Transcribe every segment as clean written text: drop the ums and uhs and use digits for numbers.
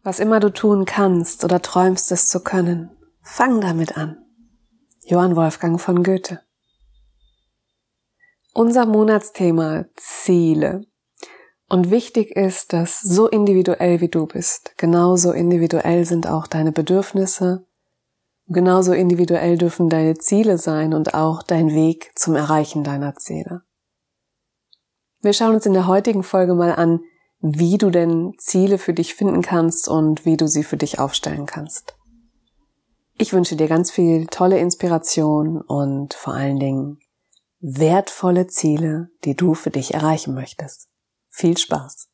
Was immer du tun kannst oder träumst es zu können, fang damit an. Johann Wolfgang von Goethe. Unser Monatsthema Ziele. Und wichtig ist, dass so individuell wie du bist, genauso individuell sind auch deine Bedürfnisse, genauso individuell dürfen deine Ziele sein und auch dein Weg zum Erreichen deiner Ziele. Wir schauen uns in der heutigen Folge mal an, wie du denn Ziele für dich finden kannst und wie du sie für dich aufstellen kannst. Ich wünsche dir ganz viel tolle Inspiration und vor allen Dingen wertvolle Ziele, die du für dich erreichen möchtest. Viel Spaß!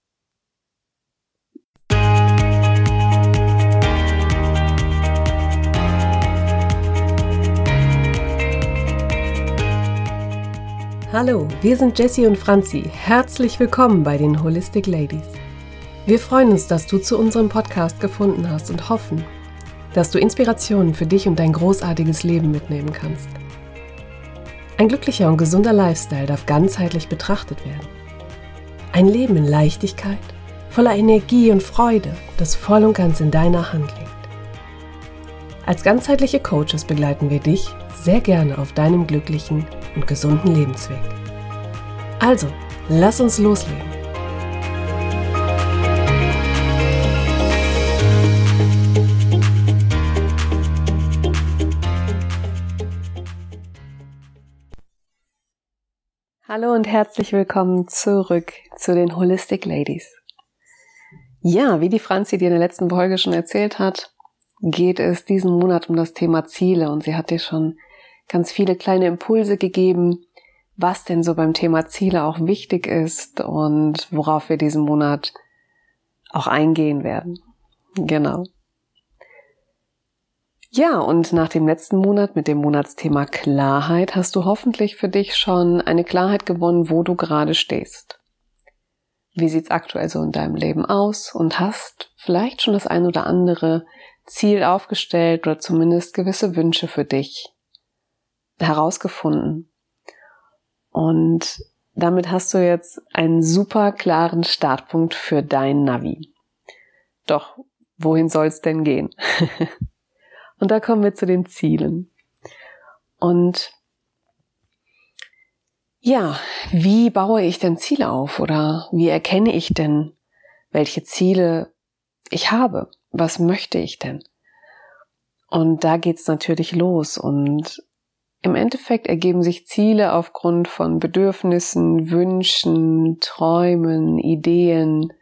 Hallo, wir sind Jessie und Franzi. Herzlich willkommen bei den Holistic Ladies. Wir freuen uns, dass du zu unserem Podcast gefunden hast und hoffen, dass du Inspirationen für dich und dein großartiges Leben mitnehmen kannst. Ein glücklicher und gesunder Lifestyle darf ganzheitlich betrachtet werden. Ein Leben in Leichtigkeit, voller Energie und Freude, das voll und ganz in deiner Hand liegt. Als ganzheitliche Coaches begleiten wir dich sehr gerne auf deinem glücklichen und gesunden Lebensweg. Also, lass uns loslegen. Hallo und herzlich willkommen zurück zu den Holistic Ladies. Ja, wie die Franzi dir in der letzten Folge schon erzählt hat, geht es diesen Monat um das Thema Ziele und sie hat dir schon ganz viele kleine Impulse gegeben, was denn so beim Thema Ziele auch wichtig ist und worauf wir diesen Monat auch eingehen werden. Genau. Ja, und nach dem letzten Monat mit dem Monatsthema Klarheit hast du hoffentlich für dich schon eine Klarheit gewonnen, wo du gerade stehst. Wie sieht's aktuell so in deinem Leben aus und hast vielleicht schon das ein oder andere Ziel aufgestellt oder zumindest gewisse Wünsche für dich herausgefunden. Und damit hast du jetzt einen super klaren Startpunkt für dein Navi. Doch, wohin soll's denn gehen? Und da kommen wir zu den Zielen. Und ja, wie baue ich denn Ziele auf? Oder wie erkenne ich denn, welche Ziele ich habe? Was möchte ich denn? Und da geht's natürlich los. Und im Endeffekt ergeben sich Ziele aufgrund von Bedürfnissen, Wünschen, Träumen, Ideen.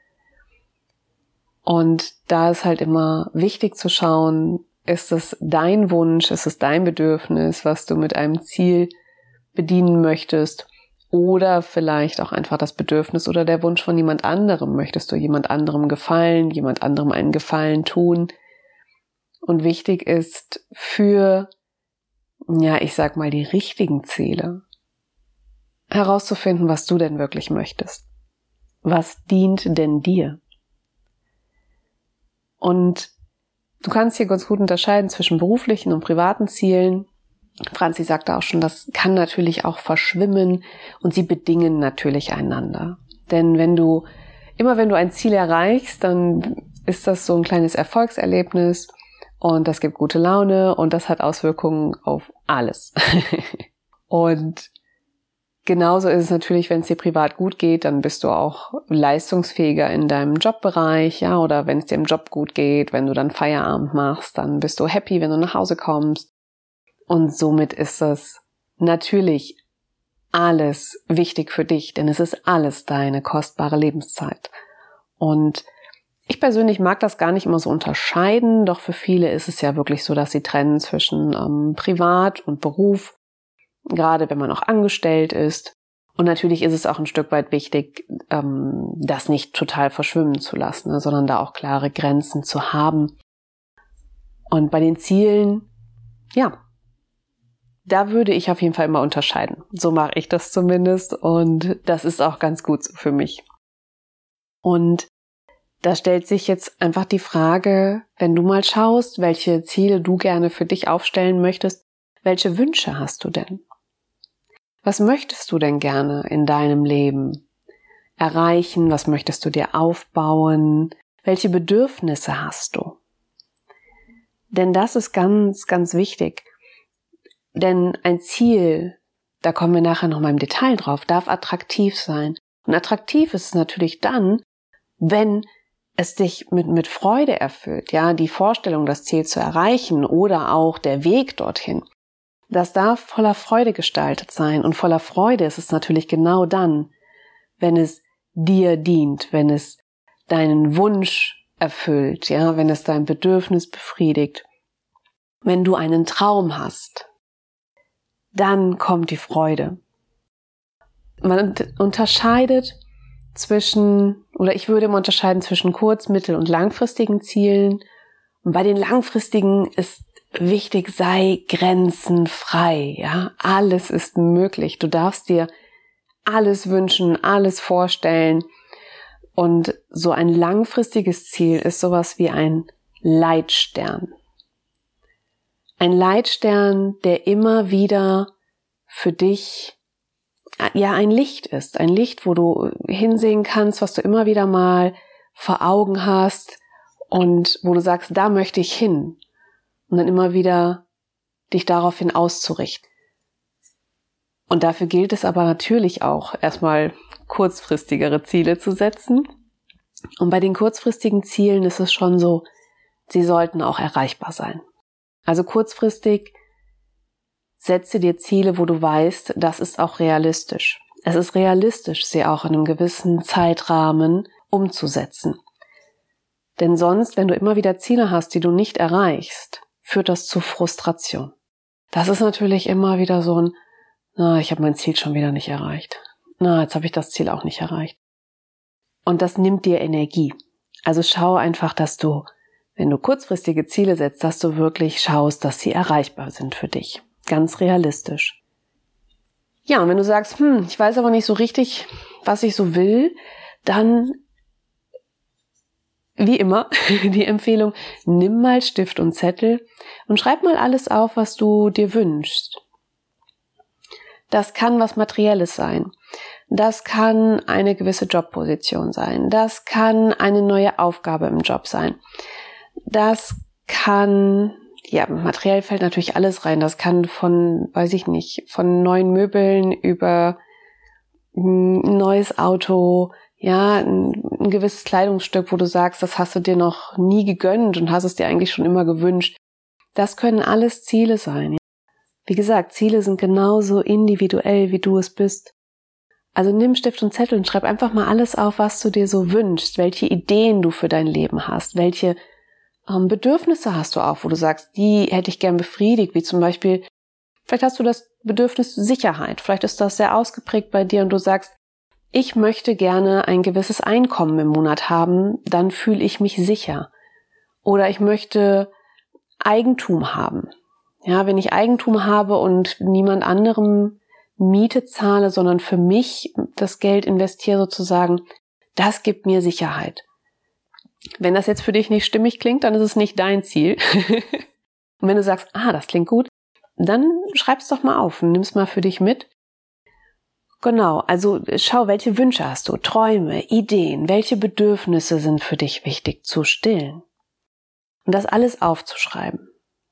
Und da ist halt immer wichtig zu schauen, ist es dein Wunsch, ist es dein Bedürfnis, was du mit einem Ziel bedienen möchtest? Oder vielleicht auch einfach das Bedürfnis oder der Wunsch von jemand anderem. Möchtest du jemand anderem gefallen, jemand anderem einen Gefallen tun? Und wichtig ist für, ich sag mal, die richtigen Ziele herauszufinden, was du denn wirklich möchtest. Was dient denn dir? Und du kannst hier ganz gut unterscheiden zwischen beruflichen und privaten Zielen. Franzi sagte auch schon, das kann natürlich auch verschwimmen und sie bedingen natürlich einander. Denn wenn du ein Ziel erreichst, dann ist das so ein kleines Erfolgserlebnis und das gibt gute Laune und das hat Auswirkungen auf alles. Und genauso ist es natürlich, wenn es dir privat gut geht, dann bist du auch leistungsfähiger in deinem Jobbereich, ja, oder wenn es dir im Job gut geht, wenn du dann Feierabend machst, dann bist du happy, wenn du nach Hause kommst. Und somit ist es natürlich alles wichtig für dich, denn es ist alles deine kostbare Lebenszeit. Und ich persönlich mag das gar nicht immer so unterscheiden, doch für viele ist es ja wirklich so, dass sie trennen zwischen Privat und Beruf, gerade wenn man auch angestellt ist. Und natürlich ist es auch ein Stück weit wichtig, das nicht total verschwimmen zu lassen, sondern da auch klare Grenzen zu haben. Und bei den Zielen, da würde ich auf jeden Fall immer unterscheiden. So mache ich das zumindest und das ist auch ganz gut so für mich. Und da stellt sich jetzt einfach die Frage, wenn du mal schaust, welche Ziele du gerne für dich aufstellen möchtest, welche Wünsche hast du denn? Was möchtest du denn gerne in deinem Leben erreichen? Was möchtest du dir aufbauen? Welche Bedürfnisse hast du? Denn das ist ganz, ganz wichtig. Denn ein Ziel, da kommen wir nachher nochmal im Detail drauf, darf attraktiv sein. Und attraktiv ist es natürlich dann, wenn es dich mit Freude erfüllt, ja, die Vorstellung, das Ziel zu erreichen oder auch der Weg dorthin. Das darf voller Freude gestaltet sein. Und voller Freude ist es natürlich genau dann, wenn es dir dient, wenn es deinen Wunsch erfüllt, ja, wenn es dein Bedürfnis befriedigt. Wenn du einen Traum hast, dann kommt die Freude. Man unterscheidet ich würde immer unterscheiden zwischen kurz-, mittel- und langfristigen Zielen. Und bei den langfristigen ist wichtig, sei grenzenfrei, ja. Alles ist möglich. Du darfst dir alles wünschen, alles vorstellen. Und so ein langfristiges Ziel ist sowas wie ein Leitstern. Ein Leitstern, der immer wieder für dich ein Licht ist. Ein Licht, wo du hinsehen kannst, was du immer wieder mal vor Augen hast und wo du sagst, da möchte ich hin. Und dann immer wieder dich daraufhin auszurichten. Und dafür gilt es aber natürlich auch, erstmal kurzfristigere Ziele zu setzen. Und bei den kurzfristigen Zielen ist es schon so, sie sollten auch erreichbar sein. Also kurzfristig setze dir Ziele, wo du weißt, das ist auch realistisch. Es ist realistisch, sie auch in einem gewissen Zeitrahmen umzusetzen. Denn sonst, wenn du immer wieder Ziele hast, die du nicht erreichst, führt das zu Frustration. Das ist natürlich immer wieder so ich habe mein Ziel schon wieder nicht erreicht. Jetzt habe ich das Ziel auch nicht erreicht. Und das nimmt dir Energie. Also schau einfach, dass du, wenn du kurzfristige Ziele setzt, dass du wirklich schaust, dass sie erreichbar sind für dich. Ganz realistisch. Ja, und wenn du sagst, ich weiß aber nicht so richtig, was ich so will, dann, wie immer, die Empfehlung, nimm mal Stift und Zettel und schreib mal alles auf, was du dir wünschst. Das kann was Materielles sein. Das kann eine gewisse Jobposition sein. Das kann eine neue Aufgabe im Job sein. Das kann, materiell fällt natürlich alles rein. Das kann von neuen Möbeln über ein neues Auto, ein gewisses Kleidungsstück, wo du sagst, das hast du dir noch nie gegönnt und hast es dir eigentlich schon immer gewünscht. Das können alles Ziele sein. Wie gesagt, Ziele sind genauso individuell, wie du es bist. Also nimm Stift und Zettel und schreib einfach mal alles auf, was du dir so wünschst, welche Ideen du für dein Leben hast, welche Bedürfnisse hast du auch, wo du sagst, die hätte ich gern befriedigt, wie zum Beispiel, vielleicht hast du das Bedürfnis Sicherheit, vielleicht ist das sehr ausgeprägt bei dir und du sagst, ich möchte gerne ein gewisses Einkommen im Monat haben, dann fühle ich mich sicher. Oder ich möchte Eigentum haben. Ja, wenn ich Eigentum habe und niemand anderem Miete zahle, sondern für mich das Geld investiere sozusagen, das gibt mir Sicherheit. Wenn das jetzt für dich nicht stimmig klingt, dann ist es nicht dein Ziel. Und wenn du sagst, das klingt gut, dann schreib's doch mal auf und nimm's mal für dich mit. Genau, also schau, welche Wünsche hast du, Träume, Ideen, welche Bedürfnisse sind für dich wichtig zu stillen. Und das alles aufzuschreiben.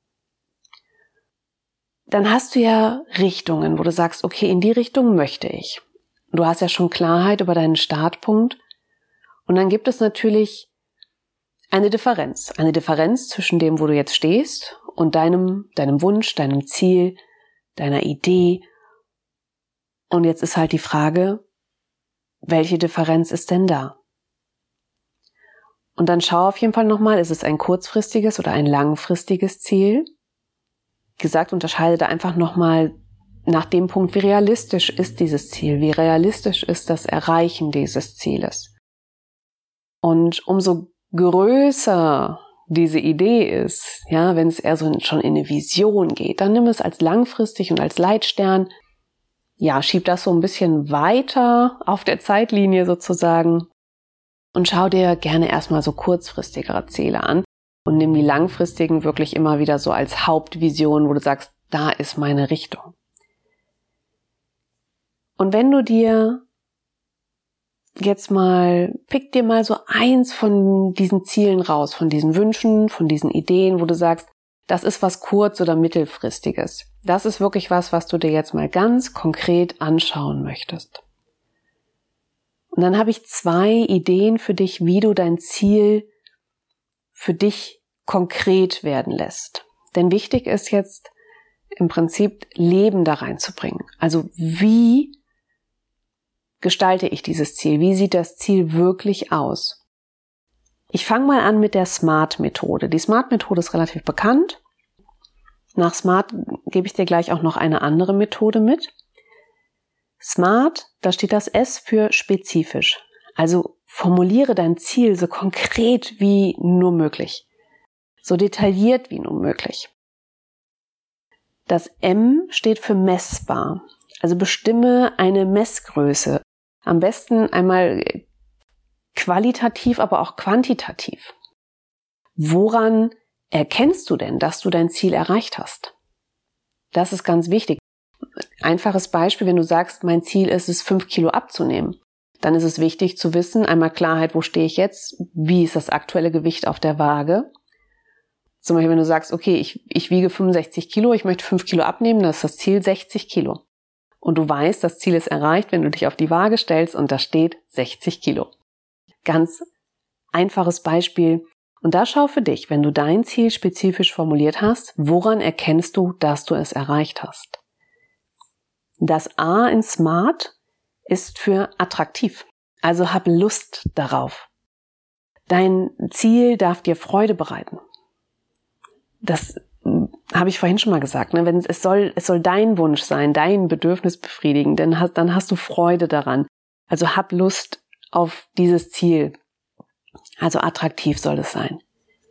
Dann hast du ja Richtungen, wo du sagst, okay, in die Richtung möchte ich. Du hast ja schon Klarheit über deinen Startpunkt. Und dann gibt es natürlich eine Differenz. Eine Differenz zwischen dem, wo du jetzt stehst und deinem Wunsch, deinem Ziel, deiner Idee. Und jetzt ist halt die Frage, welche Differenz ist denn da? Und dann schau auf jeden Fall nochmal, ist es ein kurzfristiges oder ein langfristiges Ziel? Wie gesagt, unterscheide da einfach nochmal nach dem Punkt, wie realistisch ist dieses Ziel, wie realistisch ist das Erreichen dieses Zieles. Und umso größer diese Idee ist, wenn es eher so schon in eine Vision geht, dann nimm es als langfristig und als Leitstern, schieb das so ein bisschen weiter auf der Zeitlinie sozusagen und schau dir gerne erstmal so kurzfristigere Ziele an. Und nimm die langfristigen wirklich immer wieder so als Hauptvision, wo du sagst, da ist meine Richtung. Und wenn du dir jetzt mal, pick dir mal so eins von diesen Zielen raus, von diesen Wünschen, von diesen Ideen, wo du sagst, das ist was kurz- oder mittelfristiges. Das ist wirklich was du dir jetzt mal ganz konkret anschauen möchtest. Und dann habe ich 2 Ideen für dich, wie du dein Ziel für dich konkret werden lässt. Denn wichtig ist jetzt im Prinzip Leben da reinzubringen. Also wie gestalte ich dieses Ziel? Wie sieht das Ziel wirklich aus? Ich fange mal an mit der SMART-Methode. Die SMART-Methode ist relativ bekannt. Nach SMART gebe ich dir gleich auch noch eine andere Methode mit. SMART, da steht das S für spezifisch. Also formuliere dein Ziel so konkret wie nur möglich. So detailliert wie nur möglich. Das M steht für messbar. Also bestimme eine Messgröße. Am besten einmal qualitativ, aber auch quantitativ. Woran erkennst du denn, dass du dein Ziel erreicht hast? Das ist ganz wichtig. Einfaches Beispiel, wenn du sagst, mein Ziel ist es, 5 Kilo abzunehmen, dann ist es wichtig zu wissen, einmal Klarheit, wo stehe ich jetzt, wie ist das aktuelle Gewicht auf der Waage. Zum Beispiel, wenn du sagst, okay, ich wiege 65 Kilo, ich möchte 5 Kilo abnehmen, dann ist das Ziel 60 Kilo. Und du weißt, das Ziel ist erreicht, wenn du dich auf die Waage stellst und da steht 60 Kilo. Ganz einfaches Beispiel. Und da schau für dich, wenn du dein Ziel spezifisch formuliert hast, woran erkennst du, dass du es erreicht hast? Das A in SMART ist für attraktiv. Also hab Lust darauf. Dein Ziel darf dir Freude bereiten. Das habe ich vorhin schon mal gesagt. Ne? Es soll dein Wunsch sein, dein Bedürfnis befriedigen, dann hast du Freude daran. Also hab Lust auf dieses Ziel. Also attraktiv soll es sein.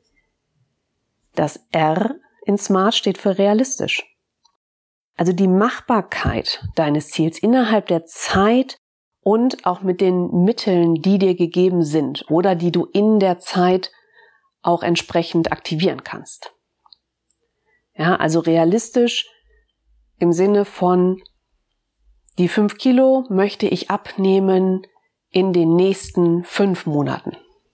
Das R in SMART steht für realistisch. Also die Machbarkeit deines Ziels innerhalb der Zeit und auch mit den Mitteln, die dir gegeben sind oder die du in der Zeit auch entsprechend aktivieren kannst. Ja, also realistisch im Sinne von, die 5 Kilo möchte ich abnehmen in den nächsten 5 Monaten.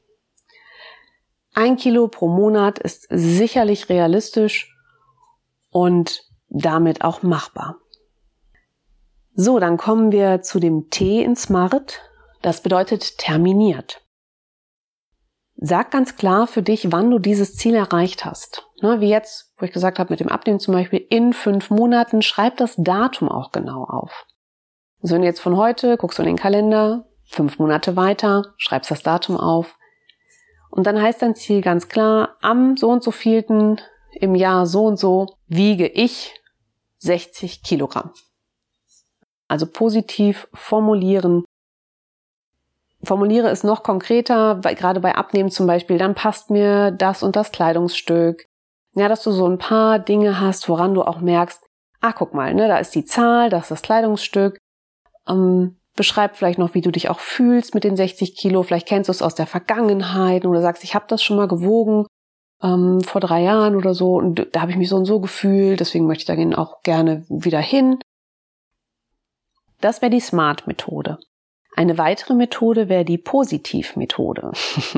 1 Kilo pro Monat ist sicherlich realistisch und damit auch machbar. So, dann kommen wir zu dem T in SMART. Das bedeutet terminiert. Sag ganz klar für dich, wann du dieses Ziel erreicht hast. Wie jetzt, wo ich gesagt habe, mit dem Abnehmen zum Beispiel, in 5 Monaten, schreib das Datum auch genau auf. Also wenn du jetzt von heute, guckst du in den Kalender, 5 Monate weiter, schreibst das Datum auf. Und dann heißt dein Ziel ganz klar, am so und so vielten im Jahr so und so wiege ich 60 Kilogramm. Also positiv formulieren. Formuliere es noch konkreter, gerade bei Abnehmen zum Beispiel, dann passt mir das und das Kleidungsstück. Ja, dass du so ein paar Dinge hast, woran du auch merkst, guck mal, da ist die Zahl, das ist das Kleidungsstück. Beschreib vielleicht noch, wie du dich auch fühlst mit den 60 Kilo. Vielleicht kennst du es aus der Vergangenheit oder sagst, ich habe das schon mal gewogen vor 3 Jahren oder so und da habe ich mich so und so gefühlt, deswegen möchte ich da auch gerne wieder hin. Das wäre die SMART-Methode. Eine weitere Methode wäre die Positiv-Methode.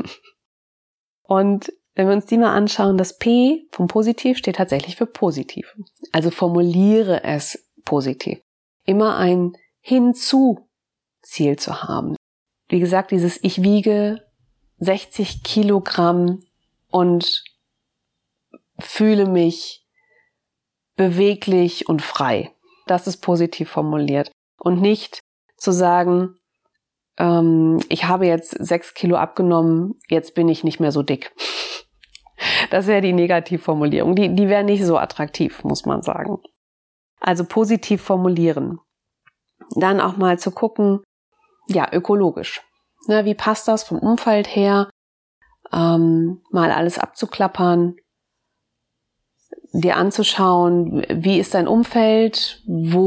Und wenn wir uns die mal anschauen, das P vom Positiv steht tatsächlich für positiv. Also formuliere es positiv. Immer ein Hinzu-Ziel zu haben. Wie gesagt, dieses ich wiege 60 Kilogramm und fühle mich beweglich und frei. Das ist positiv formuliert. Und nicht zu sagen, ich habe jetzt 6 Kilo abgenommen, jetzt bin ich nicht mehr so dick. Das wäre die Negativformulierung. Die wäre nicht so attraktiv, muss man sagen. Also positiv formulieren. Dann auch mal zu gucken, ja, ökologisch. Wie passt das vom Umfeld her? Mal alles abzuklappern, dir anzuschauen, wie ist dein Umfeld,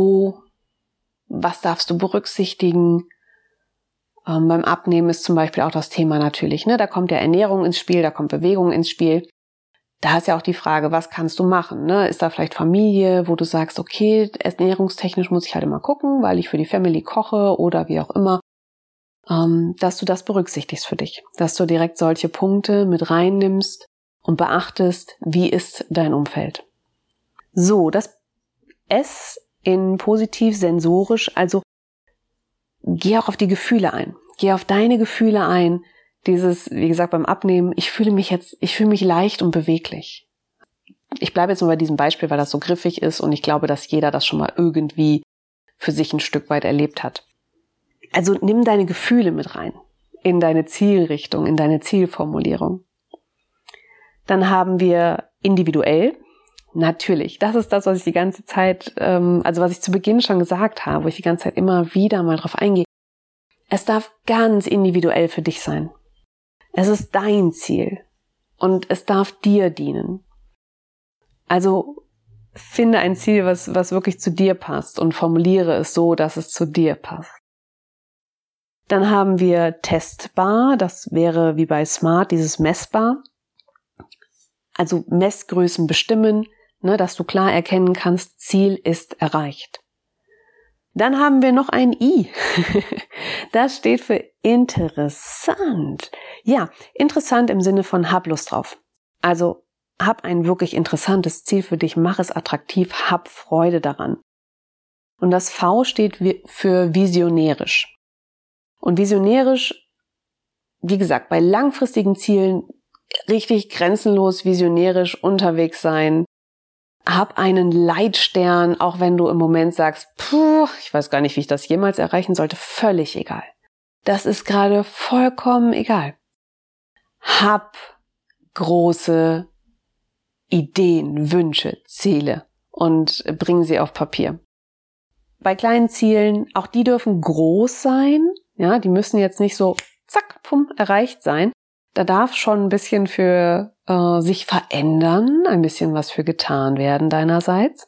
was darfst du berücksichtigen? Beim Abnehmen ist zum Beispiel auch das Thema natürlich, da kommt ja Ernährung ins Spiel, da kommt Bewegung ins Spiel. Da ist ja auch die Frage, was kannst du machen? Ist da vielleicht Familie, wo du sagst, okay, ernährungstechnisch muss ich halt immer gucken, weil ich für die Family koche oder wie auch immer. dass du das berücksichtigst für dich, dass du direkt solche Punkte mit reinnimmst und beachtest, wie ist dein Umfeld. So, das S in positiv sensorisch, also geh auch auf die Gefühle ein. Geh auf deine Gefühle ein. Dieses, wie gesagt, beim Abnehmen, ich fühle mich leicht und beweglich. Ich bleibe jetzt mal bei diesem Beispiel, weil das so griffig ist und ich glaube, dass jeder das schon mal irgendwie für sich ein Stück weit erlebt hat. Also nimm deine Gefühle mit rein in deine Zielrichtung, in deine Zielformulierung. Dann haben wir individuell. Natürlich, das ist das, was ich die ganze Zeit, was ich zu Beginn schon gesagt habe, wo ich die ganze Zeit immer wieder mal drauf eingehe. Es darf ganz individuell für dich sein. Es ist dein Ziel und es darf dir dienen. Also finde ein Ziel, was wirklich zu dir passt und formuliere es so, dass es zu dir passt. Dann haben wir testbar, das wäre wie bei SMART, dieses messbar. Also Messgrößen bestimmen, dass du klar erkennen kannst, Ziel ist erreicht. Dann haben wir noch ein I. Das steht für interessant. Ja, interessant im Sinne von hab Lust drauf. Also hab ein wirklich interessantes Ziel für dich, mach es attraktiv, hab Freude daran. Und das V steht für visionärisch. Und visionärisch, wie gesagt, bei langfristigen Zielen richtig grenzenlos visionärisch unterwegs sein. Hab einen Leitstern, auch wenn du im Moment sagst, ich weiß gar nicht, wie ich das jemals erreichen sollte, völlig egal. Das ist gerade vollkommen egal. Hab große Ideen, Wünsche, Ziele und bring sie auf Papier. Bei kleinen Zielen, auch die dürfen groß sein, ja, die müssen jetzt nicht so zack, pum, erreicht sein. Da darf schon ein bisschen für sich verändern, ein bisschen was für getan werden deinerseits.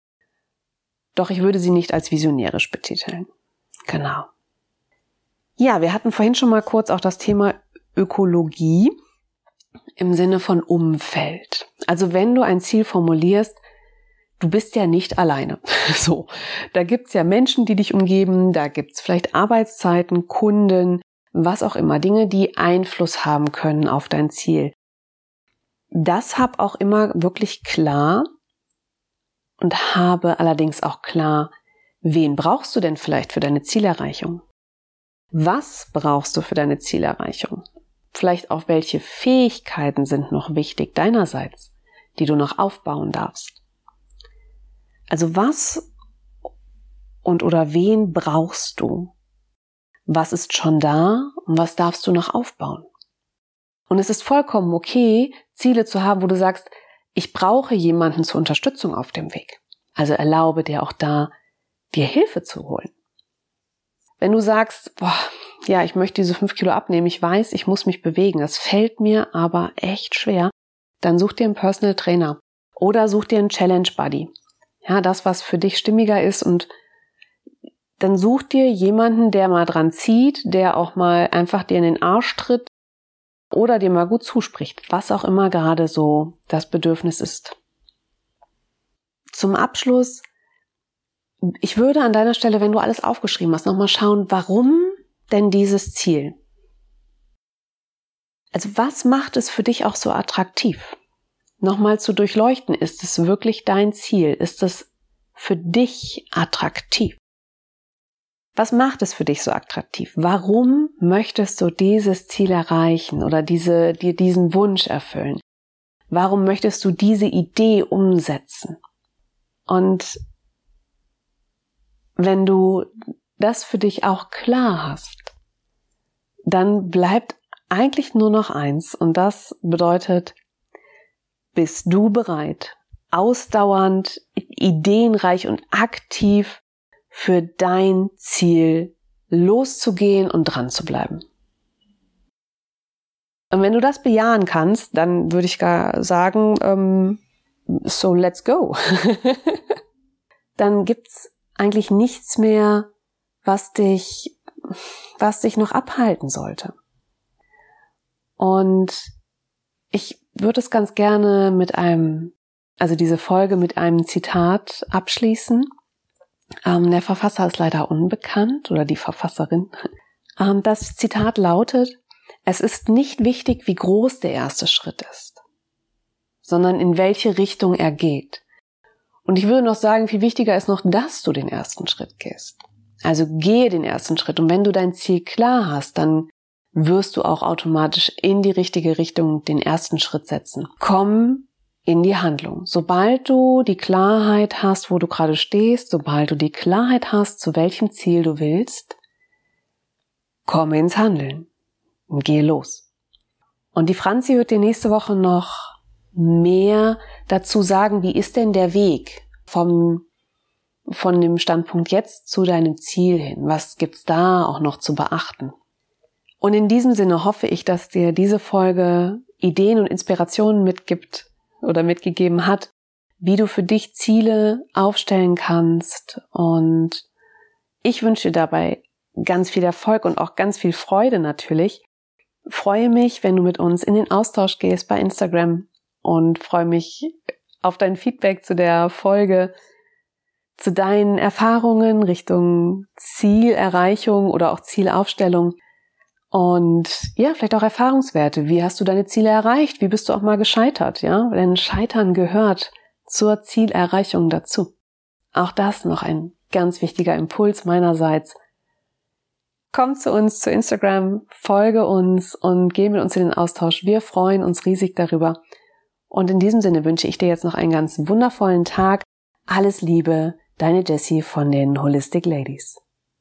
Doch ich würde sie nicht als visionärisch betiteln. Genau. Ja, wir hatten vorhin schon mal kurz auch das Thema Ökologie im Sinne von Umfeld. Also wenn du ein Ziel formulierst, du bist ja nicht alleine. So, da gibt's ja Menschen, die dich umgeben, da gibt's vielleicht Arbeitszeiten, Kunden, was auch immer, Dinge, die Einfluss haben können auf dein Ziel. Das hab auch immer wirklich klar und habe allerdings auch klar, wen brauchst du denn vielleicht für deine Zielerreichung? Was brauchst du für deine Zielerreichung? Vielleicht auch welche Fähigkeiten sind noch wichtig deinerseits, die du noch aufbauen darfst? Also was oder wen brauchst du? Was ist schon da und was darfst du noch aufbauen? Und es ist vollkommen okay, Ziele zu haben, wo du sagst, ich brauche jemanden zur Unterstützung auf dem Weg. Also erlaube dir auch da, dir Hilfe zu holen. Wenn du sagst, ich möchte diese 5 Kilo abnehmen, ich weiß, ich muss mich bewegen, das fällt mir aber echt schwer, dann such dir einen Personal Trainer oder such dir einen Challenge Buddy. Ja, das, was für dich stimmiger ist, und dann such dir jemanden, der mal dran zieht, der auch mal einfach dir in den Arsch tritt oder dir mal gut zuspricht, was auch immer gerade so das Bedürfnis ist. Zum Abschluss, ich würde an deiner Stelle, wenn du alles aufgeschrieben hast, nochmal schauen, warum denn dieses Ziel? Also was macht es für dich auch so attraktiv? Nochmal zu durchleuchten, ist es wirklich dein Ziel? Ist es für dich attraktiv? Was macht es für dich so attraktiv? Warum möchtest du dieses Ziel erreichen oder dir diesen Wunsch erfüllen? Warum möchtest du diese Idee umsetzen? Und wenn du das für dich auch klar hast, dann bleibt eigentlich nur noch eins, und das bedeutet, bist du bereit, ausdauernd, ideenreich und aktiv für dein Ziel loszugehen und dran zu bleiben. Und wenn du das bejahen kannst, dann würde ich gar sagen, so let's go. Dann gibt's eigentlich nichts mehr, was dich noch abhalten sollte. Und ich würde es ganz gerne diese Folge mit einem Zitat abschließen. Der Verfasser ist leider unbekannt oder die Verfasserin. Das Zitat lautet: Es ist nicht wichtig, wie groß der erste Schritt ist, sondern in welche Richtung er geht. Und ich würde noch sagen, viel wichtiger ist noch, dass du den ersten Schritt gehst. Also gehe den ersten Schritt. Und wenn du dein Ziel klar hast, dann wirst du auch automatisch in die richtige Richtung den ersten Schritt setzen. Komm in die Handlung. Sobald du die Klarheit hast, wo du gerade stehst, sobald du die Klarheit hast, zu welchem Ziel du willst, komm ins Handeln und geh los. Und die Franzi wird dir nächste Woche noch mehr dazu sagen, wie ist denn der Weg von dem Standpunkt jetzt zu deinem Ziel hin? Was gibt's da auch noch zu beachten? Und in diesem Sinne hoffe ich, dass dir diese Folge Ideen und Inspirationen mitgibt oder mitgegeben hat, wie du für dich Ziele aufstellen kannst. Und ich wünsche dir dabei ganz viel Erfolg und auch ganz viel Freude natürlich. Freue mich, wenn du mit uns in den Austausch gehst bei Instagram und freue mich auf dein Feedback zu der Folge, zu deinen Erfahrungen Richtung Zielerreichung oder auch Zielaufstellung und ja, vielleicht auch Erfahrungswerte. Wie hast du deine Ziele erreicht? Wie bist du auch mal gescheitert? Ja, denn Scheitern gehört zur Zielerreichung dazu. Auch das noch ein ganz wichtiger Impuls meinerseits. Komm zu uns zu Instagram, folge uns und geh mit uns in den Austausch. Wir freuen uns riesig darüber. Und in diesem Sinne wünsche ich dir jetzt noch einen ganz wundervollen Tag. Alles Liebe, deine Jessie von den Holistic Ladies.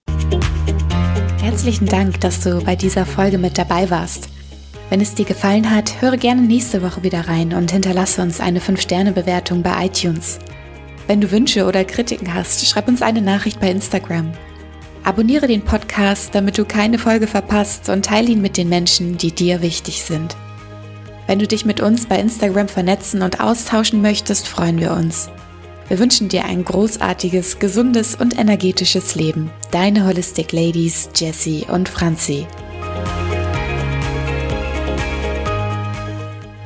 Herzlichen Dank, dass du bei dieser Folge mit dabei warst. Wenn es dir gefallen hat, höre gerne nächste Woche wieder rein und hinterlasse uns eine 5-Sterne-Bewertung bei iTunes. Wenn du Wünsche oder Kritiken hast, schreib uns eine Nachricht bei Instagram. Abonniere den Podcast, damit du keine Folge verpasst und teile ihn mit den Menschen, die dir wichtig sind. Wenn du dich mit uns bei Instagram vernetzen und austauschen möchtest, freuen wir uns. Wir wünschen dir ein großartiges, gesundes und energetisches Leben. Deine Holistic Ladies, Jessie und Franzi.